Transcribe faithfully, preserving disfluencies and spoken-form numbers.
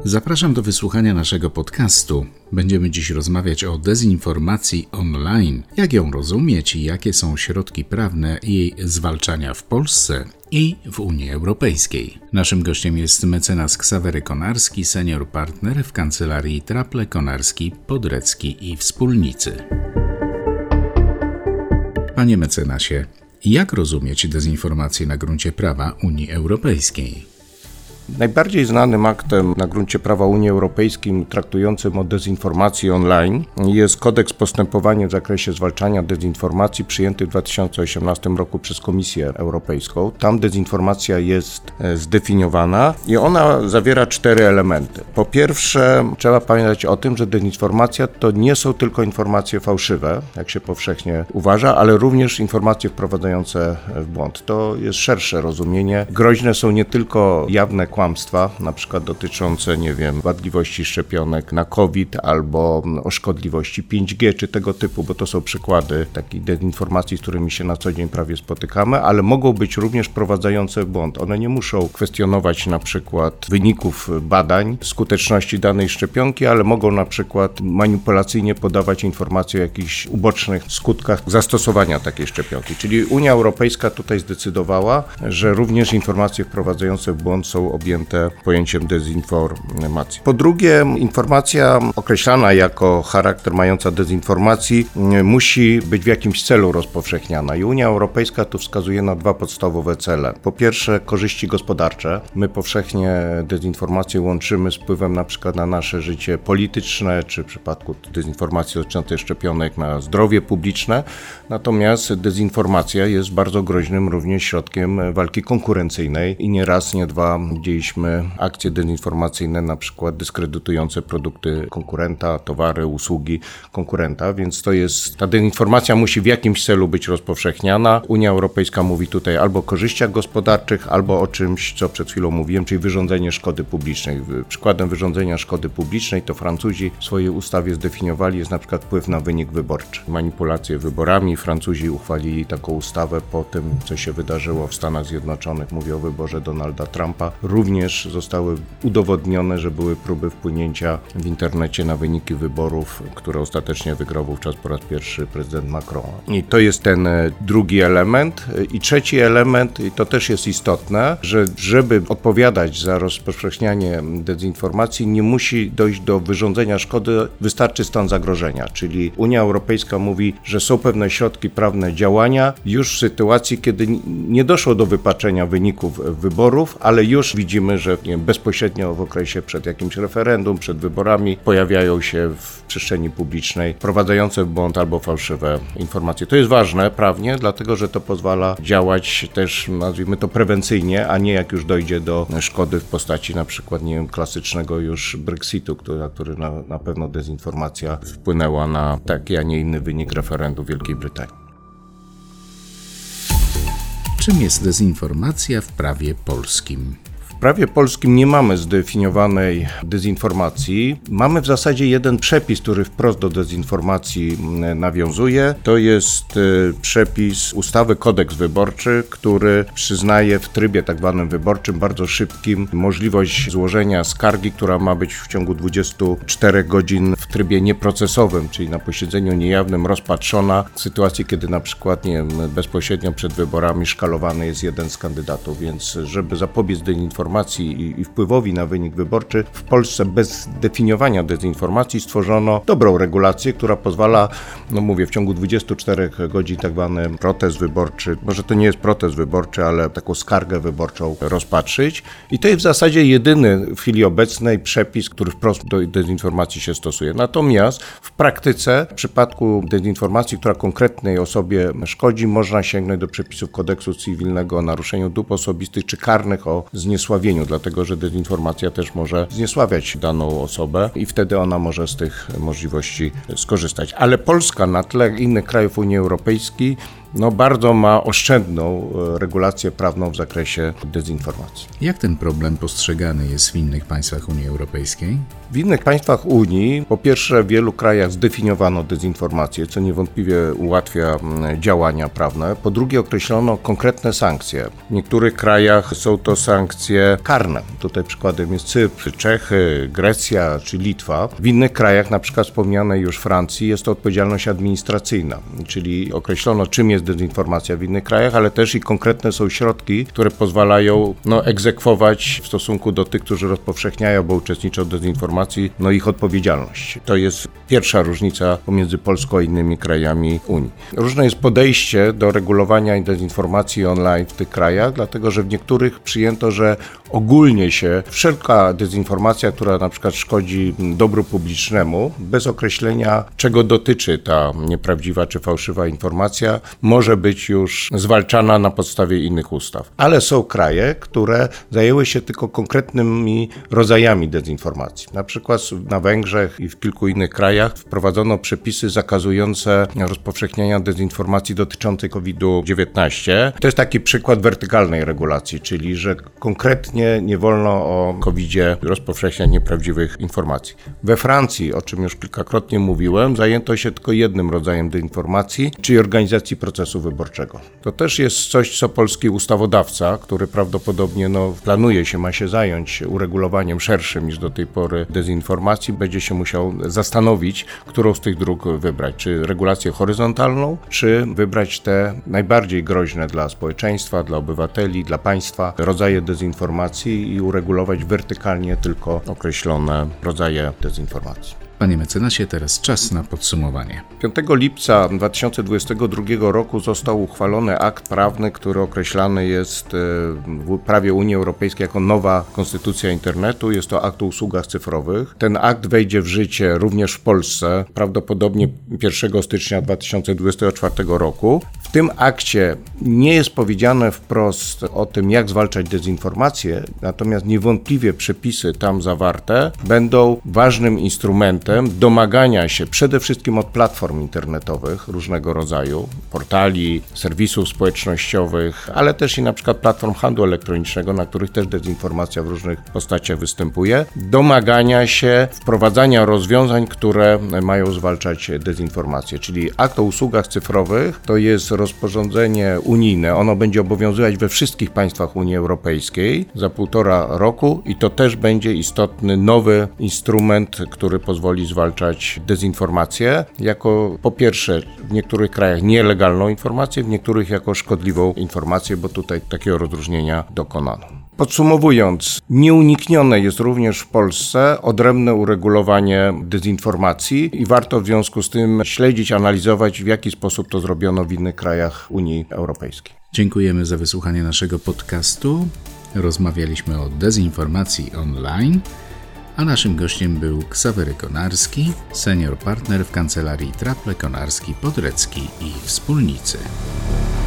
Zapraszam do wysłuchania naszego podcastu. Będziemy dziś rozmawiać o dezinformacji online, jak ją rozumieć i jakie są środki prawne jej zwalczania w Polsce i w Unii Europejskiej. Naszym gościem jest mecenas Ksawery Konarski, senior partner w kancelarii Traple, Konarski, Podrecki i Wspólnicy. Panie mecenasie, jak rozumieć dezinformację na gruncie prawa Unii Europejskiej? Najbardziej znanym aktem na gruncie prawa Unii Europejskiej traktującym o dezinformacji online jest Kodeks Postępowania w zakresie zwalczania dezinformacji przyjęty w dwa tysiące osiemnastym roku przez Komisję Europejską. Tam dezinformacja jest zdefiniowana i ona zawiera cztery elementy. Po pierwsze, trzeba pamiętać o tym, że dezinformacja to nie są tylko informacje fałszywe, jak się powszechnie uważa, ale również informacje wprowadzające w błąd. To jest szersze rozumienie. Groźne są nie tylko jawne kłamstwa, na przykład dotyczące, nie wiem, wadliwości szczepionek na COVID albo o szkodliwości pięć G czy tego typu, bo to są przykłady takich dezinformacji, z którymi się na co dzień prawie spotykamy, ale mogą być również wprowadzające w błąd. One nie muszą kwestionować na przykład wyników badań, skuteczności danej szczepionki, ale mogą na przykład manipulacyjnie podawać informacje o jakichś ubocznych skutkach zastosowania takiej szczepionki. Czyli Unia Europejska tutaj zdecydowała, że również informacje wprowadzające w błąd są objęte pojęciem dezinformacji. Po drugie, informacja określana jako charakter mająca dezinformacji musi być w jakimś celu rozpowszechniana i Unia Europejska tu wskazuje na dwa podstawowe cele. Po pierwsze, korzyści gospodarcze. My powszechnie dezinformację łączymy z wpływem na przykład na nasze życie polityczne, czy w przypadku dezinformacji dotyczącej szczepionek na zdrowie publiczne. Natomiast dezinformacja jest bardzo groźnym również środkiem walki konkurencyjnej i nie raz, nie dwa widzieliśmy akcje dezinformacyjne, na przykład dyskredytujące produkty konkurenta, towary, usługi konkurenta, więc to jest, ta dezinformacja musi w jakimś celu być rozpowszechniana. Unia Europejska mówi tutaj albo o korzyściach gospodarczych, albo o czymś, co przed chwilą mówiłem, czyli wyrządzenie szkody publicznej. Przykładem wyrządzenia szkody publicznej to Francuzi w swojej ustawie zdefiniowali, jest na przykład wpływ na wynik wyborczy. Manipulacje wyborami. Francuzi uchwalili taką ustawę po tym, co się wydarzyło w Stanach Zjednoczonych. Mówię o wyborze Donalda Trumpa. Również zostały udowodnione, że były próby wpłynięcia w internecie na wyniki wyborów, które ostatecznie wygrał wówczas po raz pierwszy prezydent Macron. I to jest ten drugi element. I trzeci element, i to też jest istotne, że żeby odpowiadać za rozpowszechnianie dezinformacji, nie musi dojść do wyrządzenia szkody, wystarczy stan zagrożenia. Czyli Unia Europejska mówi, że są pewne środki prawne działania już w sytuacji, kiedy nie doszło do wypaczenia wyników wyborów, ale już widzimy, że nie wiem, bezpośrednio w okresie przed jakimś referendum, przed wyborami pojawiają się w przestrzeni publicznej wprowadzające w błąd albo fałszywe informacje. To jest ważne prawnie, dlatego że to pozwala działać też, nazwijmy to prewencyjnie, a nie jak już dojdzie do szkody w postaci na przykład, nie wiem, klasycznego już Brexitu, który, na który na, na pewno dezinformacja wpłynęła na taki, a nie inny wynik referendum w Wielkiej Brytanii. Czym jest dezinformacja w prawie polskim? W prawie polskim nie mamy zdefiniowanej dezinformacji. Mamy w zasadzie jeden przepis, który wprost do dezinformacji nawiązuje. To jest przepis ustawy Kodeks Wyborczy, który przyznaje w trybie tak zwanym wyborczym, bardzo szybkim, możliwość złożenia skargi, która ma być w ciągu dwudziestu czterech godzin w trybie nieprocesowym, czyli na posiedzeniu niejawnym rozpatrzona w sytuacji, kiedy na przykład, nie wiem, bezpośrednio przed wyborami szkalowany jest jeden z kandydatów, więc żeby zapobiec dezinformacji i, i wpływowi na wynik wyborczy, w Polsce bez definiowania dezinformacji stworzono dobrą regulację, która pozwala, no mówię, w ciągu dwudziestu czterech godzin tak zwany protest wyborczy, może to nie jest protest wyborczy, ale taką skargę wyborczą rozpatrzyć. I to jest w zasadzie jedyny w chwili obecnej przepis, który wprost do dezinformacji się stosuje. Natomiast w praktyce, w przypadku dezinformacji, która konkretnej osobie szkodzi, można sięgnąć do przepisów kodeksu cywilnego o naruszeniu dóbr osobistych czy karnych o zniesławieniu, dlatego że dezinformacja też może zniesławiać daną osobę i wtedy ona może z tych możliwości skorzystać. Ale Polska na tle innych krajów Unii Europejskiej no, bardzo ma oszczędną regulację prawną w zakresie dezinformacji. Jak ten problem postrzegany jest w innych państwach Unii Europejskiej? W innych państwach Unii, po pierwsze, w wielu krajach zdefiniowano dezinformację, co niewątpliwie ułatwia działania prawne. Po drugie, określono konkretne sankcje. W niektórych krajach są to sankcje karne. Tutaj przykładem jest Cypr, Czechy, Grecja czy Litwa. W innych krajach, na przykład wspomnianej już Francji, jest to odpowiedzialność administracyjna, czyli określono, czym jest dezinformacja w innych krajach, ale też i konkretne są środki, które pozwalają no, egzekwować w stosunku do tych, którzy rozpowszechniają, bo uczestniczą w dezinformacji, no ich odpowiedzialność. To jest pierwsza różnica pomiędzy Polską a innymi krajami Unii. Różne jest podejście do regulowania dezinformacji online w tych krajach, dlatego że w niektórych przyjęto, że ogólnie się wszelka dezinformacja, która na przykład szkodzi dobru publicznemu, bez określenia, czego dotyczy ta nieprawdziwa czy fałszywa informacja, może być już zwalczana na podstawie innych ustaw. Ale są kraje, które zajęły się tylko konkretnymi rodzajami dezinformacji. Na przykład na Węgrzech i w kilku innych krajach wprowadzono przepisy zakazujące rozpowszechniania dezinformacji dotyczącej kowid dziewiętnaście. To jest taki przykład wertykalnej regulacji, czyli że konkretnie nie wolno o kowidzie rozpowszechniać nieprawdziwych informacji. We Francji, o czym już kilkakrotnie mówiłem, zajęto się tylko jednym rodzajem dezinformacji, czyli organizacji procesu wyborczego. To też jest coś, co polski ustawodawca, który prawdopodobnie no, planuje się, ma się zająć uregulowaniem szerszym niż do tej pory dezinformacji, będzie się musiał zastanowić, którą z tych dróg wybrać. Czy regulację horyzontalną, czy wybrać te najbardziej groźne dla społeczeństwa, dla obywateli, dla państwa rodzaje dezinformacji i uregulować wertykalnie tylko określone rodzaje dezinformacji. Panie mecenasie, teraz czas na podsumowanie. piątego lipca dwa tysiące dwudziestego drugiego roku został uchwalony akt prawny, który określany jest w prawie Unii Europejskiej jako nowa konstytucja internetu. Jest to akt o usługach cyfrowych. Ten akt wejdzie w życie również w Polsce, prawdopodobnie pierwszego stycznia dwa tysiące dwudziestego czwartego roku. W tym akcie nie jest powiedziane wprost o tym, jak zwalczać dezinformację, natomiast niewątpliwie przepisy tam zawarte będą ważnym instrumentem domagania się przede wszystkim od platform internetowych różnego rodzaju, portali, serwisów społecznościowych, ale też i na przykład platform handlu elektronicznego, na których też dezinformacja w różnych postaciach występuje, domagania się wprowadzania rozwiązań, które mają zwalczać dezinformację. Czyli akt o usługach cyfrowych to jest rozporządzenie unijne, ono będzie obowiązywać we wszystkich państwach Unii Europejskiej za półtora roku i to też będzie istotny nowy instrument, który pozwoli zwalczać dezinformację jako po pierwsze w niektórych krajach nielegalną informację, w niektórych jako szkodliwą informację, bo tutaj takiego rozróżnienia dokonano. Podsumowując, nieuniknione jest również w Polsce odrębne uregulowanie dezinformacji i warto w związku z tym śledzić, analizować, w jaki sposób to zrobiono w innych krajach Unii Europejskiej. Dziękujemy za wysłuchanie naszego podcastu. Rozmawialiśmy o dezinformacji online, a naszym gościem był Ksawery Konarski, senior partner w kancelarii Traple Konarski Podrecki i Wspólnicy.